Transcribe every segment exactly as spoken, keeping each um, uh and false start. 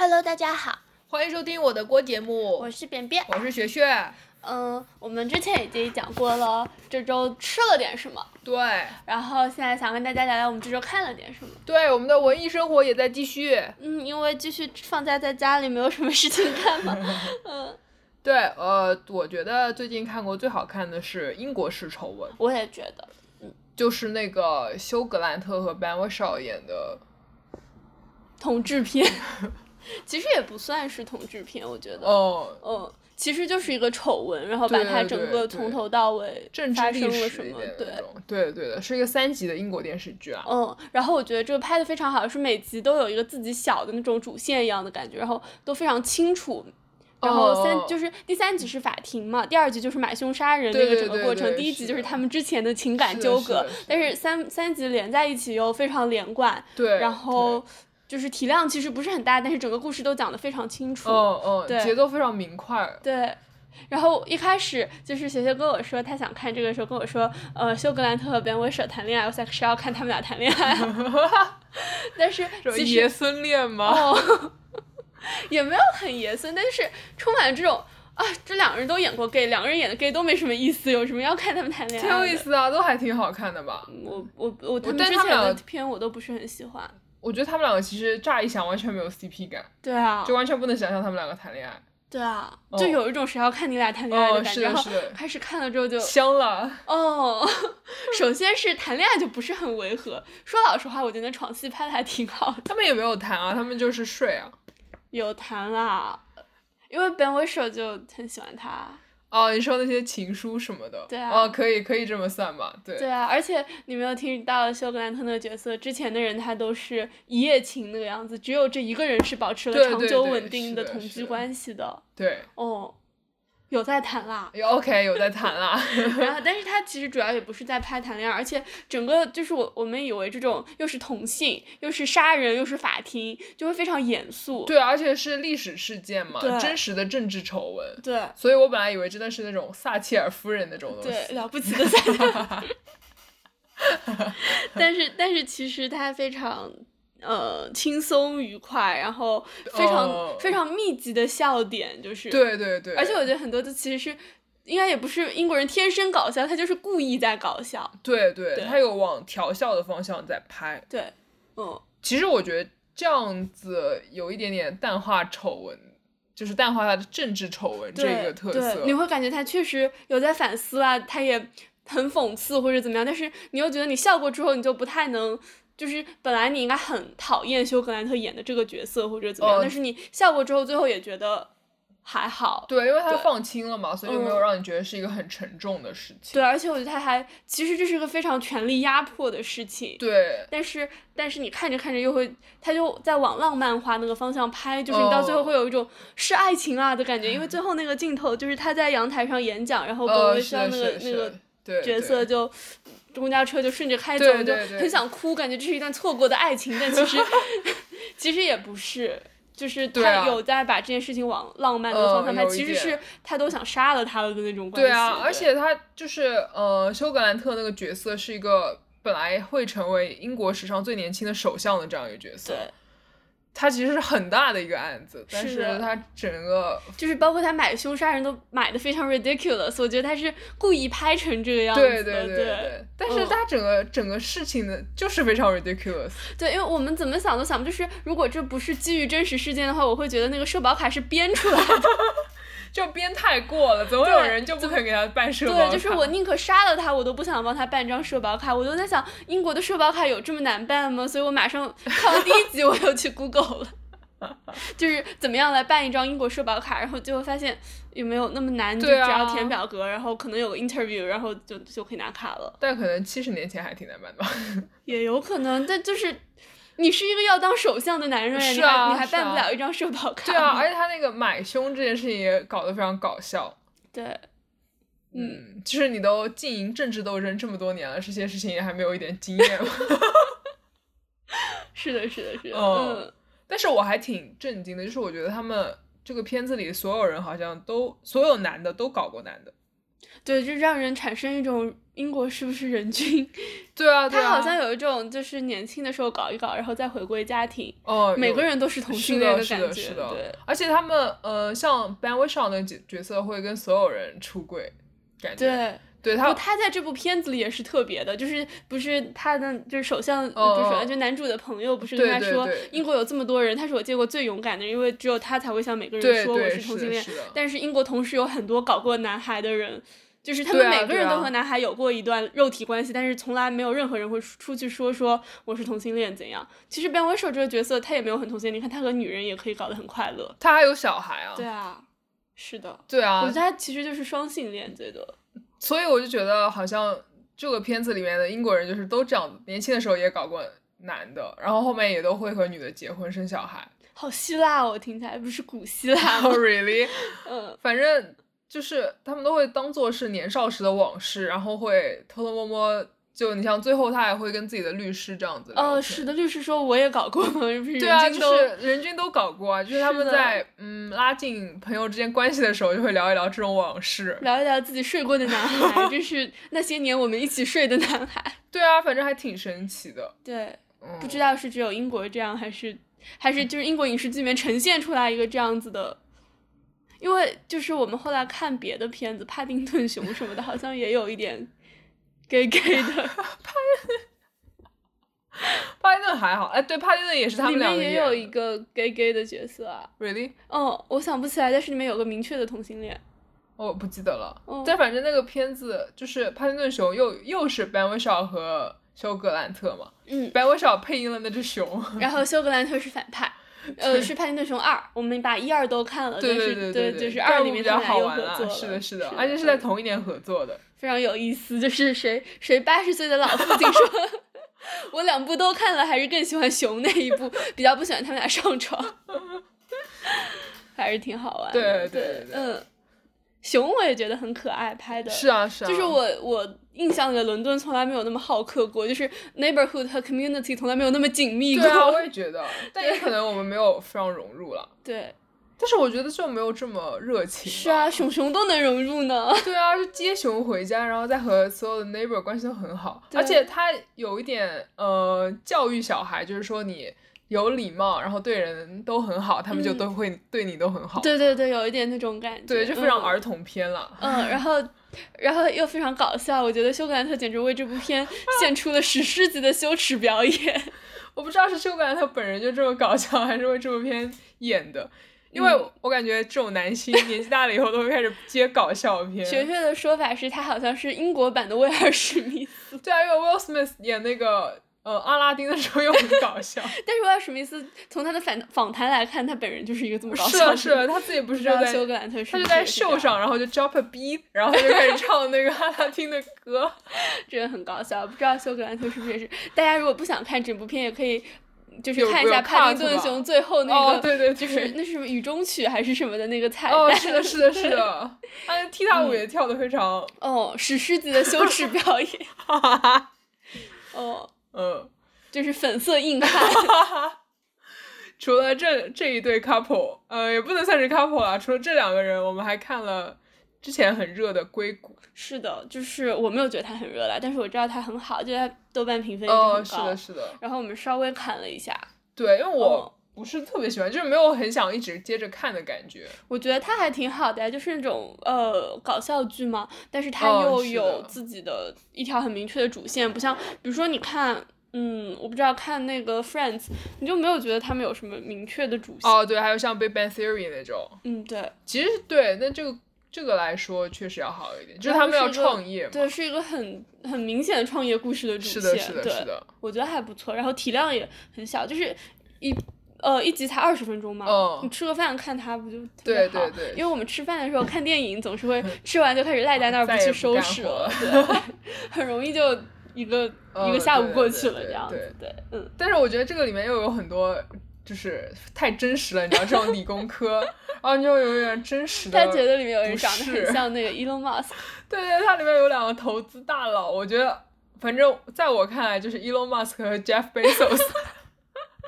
Hello， 大家好， 欢迎收听我的锅节目， 我是便便， 我是学学。 嗯，我们之前已经讲过了这周吃了点什么， 对， 然后现在想跟大家聊聊我们这周看了点什么。 对，我们的文艺生活也在继续。 嗯，因为继续放假在家里没有什么事情干嘛。嗯， 对，呃，我觉得最近看过最好看的是《英国式丑闻》， 我也觉得， 嗯，就是那个休·格兰特和 Ben Whishaw 演的同志片，其实也不算是同志片，我觉得。 哦， 嗯。其实就是一个丑闻，然后把它整个从头到尾发生了什么，对对对的，是一个三集的英国电视剧啊。 嗯，然后我觉得这个拍的非常好，是每集都有一个自己小的那种主线一样的感觉，然后都非常清楚。然后三、哦、就是第三集是法庭嘛，第二集就是买凶杀人那个整个过程， 对对对对第一集就是他们之前的情感纠葛，是但是三三集连在一起又非常连贯。 对， 然后。就是体量其实不是很大，但是整个故事都讲得非常清楚。 嗯嗯，对，节奏非常明快。 对，然后一开始就是学学跟我说他想看这个时候跟我说，呃，休·格兰特和 Ben Whishaw 谈恋爱，我想是要看他们俩谈恋爱。但是其实爷孙恋吗？ 哦，也没有很爷孙，但是充满这种啊，这两个人都演过 gay， 两个人演的 gay 都没什么意思，有什么要看他们谈恋爱？ 挺有意思啊，都还挺好看的吧？ 我我我他们之前的片我都不是很喜欢。 我觉得他们两个其实乍一想完全没有 C P 感， 对啊， 就完全不能想象他们两个谈恋爱。 对啊，哦、就有一种谁要看你俩谈恋爱的感觉， 哦、 然后开始看了之后就香了。 哦，首先是谈恋爱就不是很违和，说老实话，我觉得床戏拍的还挺好的。 他们也没有谈啊，他们就是睡啊。 有谈啦，因为 Ben Whishaw 就很喜欢他。 哦，你说那些情书什么的， 对啊， 哦，可以可以这么算吧，对。 对啊，而且你没有听到休·格兰特那个角色，之前的人他都是一夜情那个样子，只有这一个人是保持了长久稳定的同居关系的。 对。对哦。有在谈啦， 有 OK 有在谈啦， 然后但是他其实主要也不是在拍谈恋爱，而且整个就是我我们以为这种又是同性又是杀人又是法庭就会非常严肃， 对，而且是历史事件嘛，真实的政治丑闻， 对， 所以我本来以为真的是那种撒切尔夫人那种东西， 对，了不起的撒切尔，但是但是其实他非常。呃，轻松愉快，然后非常、oh. 非常密集的笑点，就是对对对， 而且我觉得很多的其实是应该也不是英国人天生搞笑，他就是故意在搞笑。 对 对, 对，他有往调笑的方向在拍。 对，嗯， 其实我觉得这样子有一点点淡化丑闻，就是淡化他的政治丑闻这个特色。 对，你会感觉他确实有在反思啊，他也很讽刺或者怎么样，但是你又觉得你笑过之后，你就不太能。就是本来你应该很讨厌休·格兰特演的这个角色或者怎么样、呃、但是你笑过之后最后也觉得还好。 对，因为他放轻了嘛，所以就没有让你觉得是一个很沉重的事情、 嗯、对，而且我觉得他还其实这是一个非常权力压迫的事情。 对， 但是但是你看着看着又会他就在往浪漫化那个方向拍，就是你到最后会有一种、呃、是爱情啊的感觉，因为最后那个镜头就是他在阳台上演讲，然后本维肖那个、呃、那个角色就公交车就顺着开走， 对对对， 就很想哭，感觉这是一段错过的爱情，但其实其实也不是，就是他有在把这件事情往浪漫的方向拍、 啊呃， 其实是他都想杀了他了的那种关系。对啊，而且他就是呃，休·格兰特那个角色是一个本来会成为英国史上最年轻的首相的这样一个角色。 对。 他其实是很大的一个案子，但是他整个就是包括他买凶杀人都买的非常 ridiculous， 我觉得他是故意拍成这个样子的。对对对对, 对。但是他整个、嗯、整个事情的就是非常 ridiculous。 对，因为我们怎么想都想不，就是如果这不是基于真实事件的话，我会觉得那个社保卡是编出来的。 就编太过了，总会有人就不肯给他办社保卡。 对，就是我宁可杀了他，我都不想帮他办张社保卡。我都在想，英国的社保卡有这么难办吗？所以我马上看完第一集，我又去 Google 了。就是怎么样来办一张英国社保卡，然后最后发现也没有那么难，你就只要填表格，然后可能有个 interview， 然后就就可以拿卡了。 但可能七十年前还挺难办的吧。 也有可能，但就是你是一个要当首相的男人， 是啊， 你还你还办不了一张社保卡。 对啊，而且他那个买凶这件事情也搞得非常搞笑。 对， 嗯，就是你都经营政治斗争这么多年了，这些事情也还没有一点经验吗？ 是的，是的，是的， 嗯。 嗯但是我还挺震惊的，就是我觉得他们这个片子里所有人好像都所有男的都搞过男的。 对，就让人产生一种英国是不是人均？ 对啊，对啊， 他好像有一种就是年轻的时候搞一搞，然后再回归家庭， 哦， 每个人都是同性恋的感觉， 是的，是的， 对。 而且他们呃，像 Ben Whishaw 那个角角色会跟所有人出轨，感觉。 对。 对他， 他在这部片子里也是特别的，就是不是他的就是首相， 哦、 不是首相，就男主的朋友不是跟他说， 对对对英国有这么多人，他是我见过最勇敢的人，因为只有他才会向每个人说我是同性恋。 是但是英国同时有很多搞过男孩的人，就是他们每个人都和男孩有过一段肉体关系， 啊啊、 但是从来没有任何人会出去说说我是同性恋怎样。其实 Ben Whishaw 这个角色他也没有很同性恋，你看他和女人也可以搞得很快乐， 他还有小孩啊。 对啊，是的， 对啊， 我觉得他其实就是双性恋最多。 所以我就觉得好像这个片子里面的英国人就是都这样，年轻的时候也搞过男的，然后后面也都会和女的结婚生小孩。 好希腊哦，听起来不是古希腊吗？ Oh really？ 嗯， 反正就是他们都会当做是年少时的往事，然后会偷偷摸摸。就你像最后他还会跟自己的律师这样子聊天。 哦，是的，律师说我也搞过， 对啊，就是人均都搞过啊，就是他们在嗯拉近朋友之间关系的时候，就会聊一聊这种往事， 聊一聊自己睡过的男孩，就是那些年我们一起睡的男孩。 对啊，反正还挺神奇的。 对， 嗯、 不知道是只有英国这样，还是还是就是英国影视剧里面呈现出来一个这样子的。因为就是我们后来看别的片子，帕丁顿熊什么的，好像也有一点。gay gay 的， 帕帕丁顿还好，哎，对，帕丁顿也是他们两个里面也有一个 gay gay 的角色啊。 Really？ 哦，我想不起来，但是里面有个明确的同性恋。 我不记得了。 哦、 但反正那个片子就是帕丁顿熊又又是 Ben Whishaw 和休格兰特嘛。 嗯。 Ben Whishaw 配音了那只熊。 然后休格兰特是反派。呃，是帕丁顿熊二，我们把一二都看了， 对对对对对，就是二里面他们俩又合作了， 是的，是的，而且是在同一年合作的， 非常有意思。就是谁谁八十岁的老父亲说，我两部都看了，还是更喜欢熊那一部，比较不喜欢他们俩上床，还是挺好玩的。 对对对, 对，嗯，熊我也觉得很可爱，拍的是啊是啊， 就是我我印象里的伦敦从来没有那么好客过，就是 neighborhood 和 community 从来没有那么紧密过。 对啊，我也觉得，但也可能我们没有非常融入了。 对， 但是我觉得就没有这么热情。 是啊，熊熊都能融入呢。 对啊，就接熊回家，然后再和所有的 neighbor 关系都很好，而且他有一点呃教育小孩，就是说你有礼貌，然后对人都很好，他们就都会对你都很好。 嗯、对对对，有一点那种感觉。 对，就非常儿童片了。 嗯，嗯然后。然后又非常搞笑，我觉得休格兰特简直为这部片献出了史诗级的羞耻表演。 我不知道是休格兰特本人就这么搞笑，还是为这部片演的，因为我感觉这种男星年纪大了以后都会开始接搞笑片。 确切的说法是他好像是英国版的威尔史密斯。 对啊，因为 Will Smith 演那个呃阿拉丁的时候又很搞笑。 但是威尔史密斯从他的访访谈来看，他本人就是一个这么搞笑的。 是啊是啊，他自己不是就在休格兰特是他就在秀上，然后就 drop a beat， 然后他就开始唱那个阿拉丁的歌， 真的很搞笑。不知道休格兰特是不是也是？大家如果不想看整部片，也可以。就是看一下帕丁顿熊最后那个， 哦、对对对， 就是那是什么雨中曲还是什么的那个彩蛋。 哦，是的，是的，是的，他踢踏舞也跳得非常、 嗯、哦，史诗级的羞耻表演。哦， 嗯， 就是粉色硬汉。 除了这这一对 couple， 呃，也不能算是 couple 啦。除了这两个人，我们还看了之前很热的《硅谷》。 是的，就是我没有觉得它很热啦，但是我知道它很好，就它豆瓣评分一直很高。 哦，是的，是的。 然后我们稍微看了一下。 对，因为我不是特别喜欢，哦、就是没有很想一直接着看的感觉。 我觉得它还挺好的呀，就是那种呃搞笑剧嘛，但是它又有自己的一条很明确的主线， 哦、 不像比如说你看。嗯，我不知道看那个 Friends， 你就没有觉得他们有什么明确的主线？ 哦，对，还有像 Big Bang Theory 那种。 嗯，对。 其实对，那这个这个来说确实要好一点，就是他们要创业嘛。 对，是一个很很明显的创业故事的主线。 是的，是的，是的。 我觉得还不错，然后体量也很小，就是一呃一集才二十分钟嘛。 嗯。 你吃个饭看它不就特别好？对对对。 因为我们吃饭的时候看电影总是会吃完就开始赖在那儿不去收拾了，对，很容易就。一个、 呃、 一个下午过去了，这样子， 对， 对，嗯。 但是我觉得这个里面又有很多，就是太真实了，你知道这种理工科，然后你就有点真实的。 他觉得里面有人长得很像那个 Elon Musk。 对对，它里面有两个投资大佬，我觉得，反正在我看来就是 Elon Musk 和 Jeff Bezos。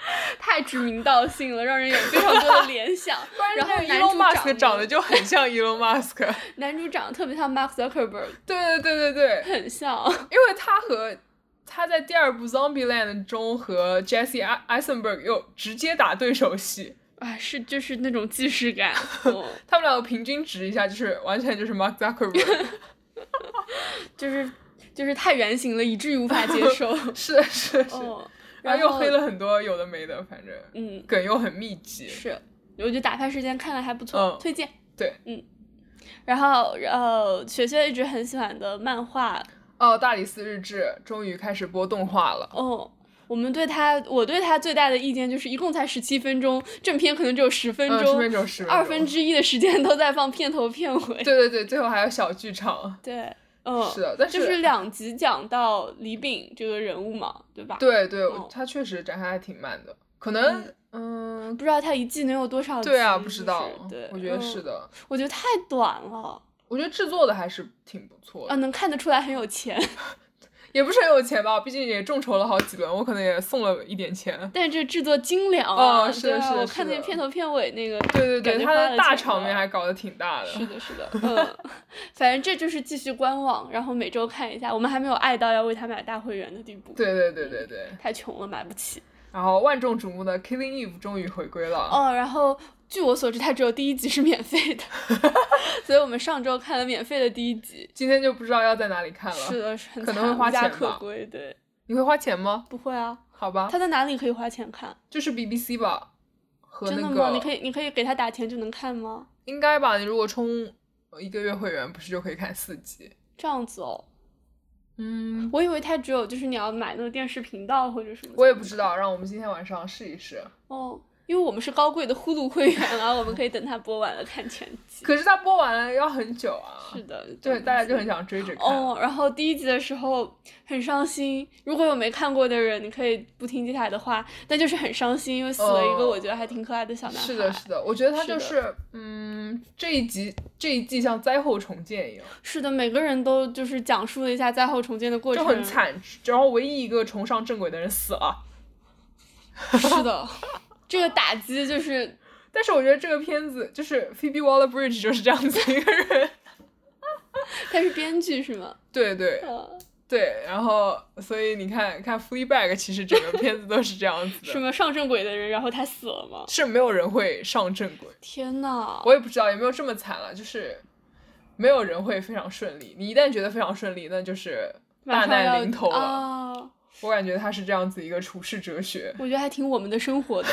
太指名道姓了，让人有非常多的联想。然后 Elon Musk 长得就很像 Elon Musk， 男主长得特别像 Mark Zuckerberg， 对对对对对， 很像。 因为他和他在第二部 Zombieland 中和 Jesse Eisenberg 又直接打对手戏。 啊，是就是那种既视感，哦、 他们两个平均值一下，就是完全就是 Mark Zuckerberg， 就是就是太原型了，以至于无法接受。 是是是、哦，然后又黑了很多有的没的，反正嗯，梗又很密集。 是，我觉得打发时间看了还不错， 嗯、 推荐。 对， 嗯。然后呃，雪雪一直很喜欢的漫画哦，《大理寺日志》终于开始播动画了。 哦。我们对他，我对他最大的意见就是，一共才十七分钟，正片可能只有十分钟， 嗯、十分钟，十分钟， 二分之一的时间都在放片头片尾。 对对对，最后还有小剧场。 对，嗯， 是的，但是就是两集讲到李炳这个人物嘛，对吧？ 对对， 嗯、 他确实展开还挺慢的，可能嗯、呃， 不知道他一季能有多少集。 对啊，不知道。 对， 我觉得是的、 嗯。我觉得太短了。 我觉得制作的还是挺不错的。 啊，能看得出来很有钱。 也不是很有钱吧，毕竟也众筹了好几轮，我可能也送了一点钱。 但是这制作精良啊！ 哦，是的，是的， 我看那个片头片尾那个， 对对对，他的大场面还搞得挺大的。 是的，是的，嗯，反正这就是继续观望，然后每周看一下。我们还没有爱到要为他买大会员的地步。 对对对对对， 太穷了，买不起。 然后万众瞩目的 Killing Eve 终于回归了。 哦，然后据我所知，它只有第一集是免费的，所以我们上周看了免费的第一集， 今天就不知道要在哪里看了。 是的，很可能会花钱吧。 可贵，对。 你会花钱吗？ 不会啊。 好吧。 它在哪里可以花钱看？ 就是 B B C 吧。和那个、 真的吗？你可以，你可以给他打钱就能看吗？ 应该吧，你如果充一个月会员，不是就可以看四集？ 这样子哦。 嗯， 我以为它只有就是你要买那个电视频道或者什么。 我也不知道，让我们今天晚上试一试。 哦，因为我们是高贵的呼噜会员啊，我们可以等它播完了看全集。 可是它播完了要很久啊。 是的， 对，大家就很想追着看。 哦，然后第一集的时候很伤心，如果有没看过的人，你可以不听接下来的话，但就是很伤心，因为死了一个我觉得还挺可爱的小男孩。 是的，是的，我觉得他就是嗯，这一集这一季像灾后重建一样。 是的，每个人都就是讲述了一下灾后重建的过程， 就很惨，然后唯一一个重上正轨的人死了。 是的，这个打击就是， 但是我觉得这个片子就是 Phoebe Waller-Bridge 就是这样子一个人。 他是编剧是吗？ 对对、 嗯、 对，然后所以你看看 Fleabag 其实整个片子都是这样子的。 什么上正轨的人，然后他死了吗？ 是没有人会上正轨。 天哪！ 我也不知道有没有这么惨了，就是没有人会非常顺利。你一旦觉得非常顺利，那就是大难临头了。 啊、 我感觉他是这样子一个处世哲学。 我觉得还挺我们的生活的。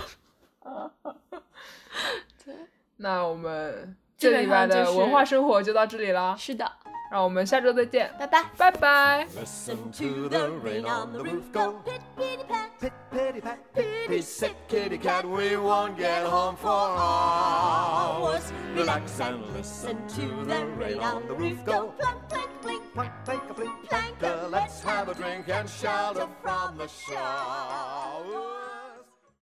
对， 那我们这礼拜的文化生活就到这里啦。 是的， 让我们下周再见， 拜拜， 拜拜。 Listen to the rain on the roof go pit pitty pat, pit pitty pat, pitty sick kitty cat, we won't get home for hours. Relax and listen to the rain on the roof go plunk clink blink, plunk clink a blink, plank. Let's have a drink and shelter from the shower.